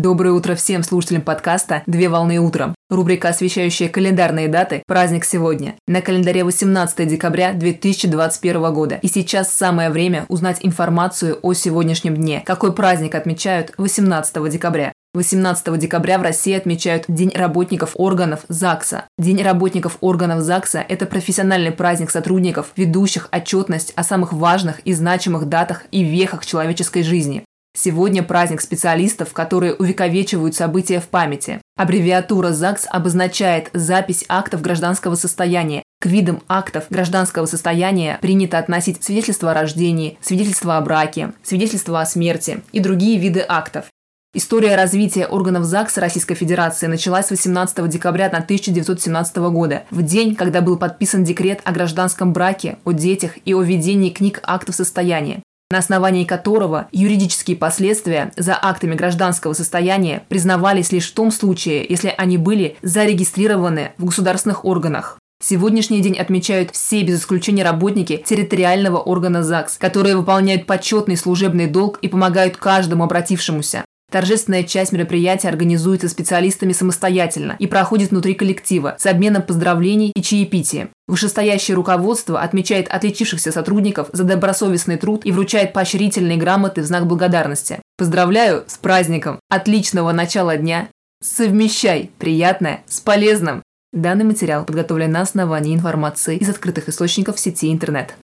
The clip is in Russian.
Доброе утро всем слушателям подкаста «Две волны утром». Рубрика, освещающая календарные даты, праздник сегодня. На календаре 18 декабря 2021 года. И сейчас самое время узнать информацию о сегодняшнем дне. Какой праздник отмечают 18 декабря? 18 декабря в России отмечают День работников органов ЗАГСа. День работников органов ЗАГСа – это профессиональный праздник сотрудников, ведущих отчетность о самых важных и значимых датах и вехах человеческой жизни. Сегодня праздник специалистов, которые увековечивают события в памяти. Аббревиатура ЗАГС обозначает запись актов гражданского состояния. К видам актов гражданского состояния принято относить свидетельство о рождении, свидетельство о браке, свидетельство о смерти и другие виды актов. История развития органов ЗАГСа Российской Федерации началась 18 декабря 1917 года, в день, когда был подписан декрет о гражданском браке, о детях и о ведении книг актов состояния, на основании которого юридические последствия за актами гражданского состояния признавались лишь в том случае, если они были зарегистрированы в государственных органах. Сегодняшний день отмечают все без исключения работники территориального органа ЗАГС, которые выполняют почетный служебный долг и помогают каждому обратившемуся. Торжественная часть мероприятия организуется специалистами самостоятельно и проходит внутри коллектива с обменом поздравлений и чаепитием. Вышестоящее руководство отмечает отличившихся сотрудников за добросовестный труд и вручает поощрительные грамоты в знак благодарности. Поздравляю с праздником! Отличного начала дня! Совмещай приятное с полезным! Данный материал подготовлен на основании информации из открытых источников в сети интернет.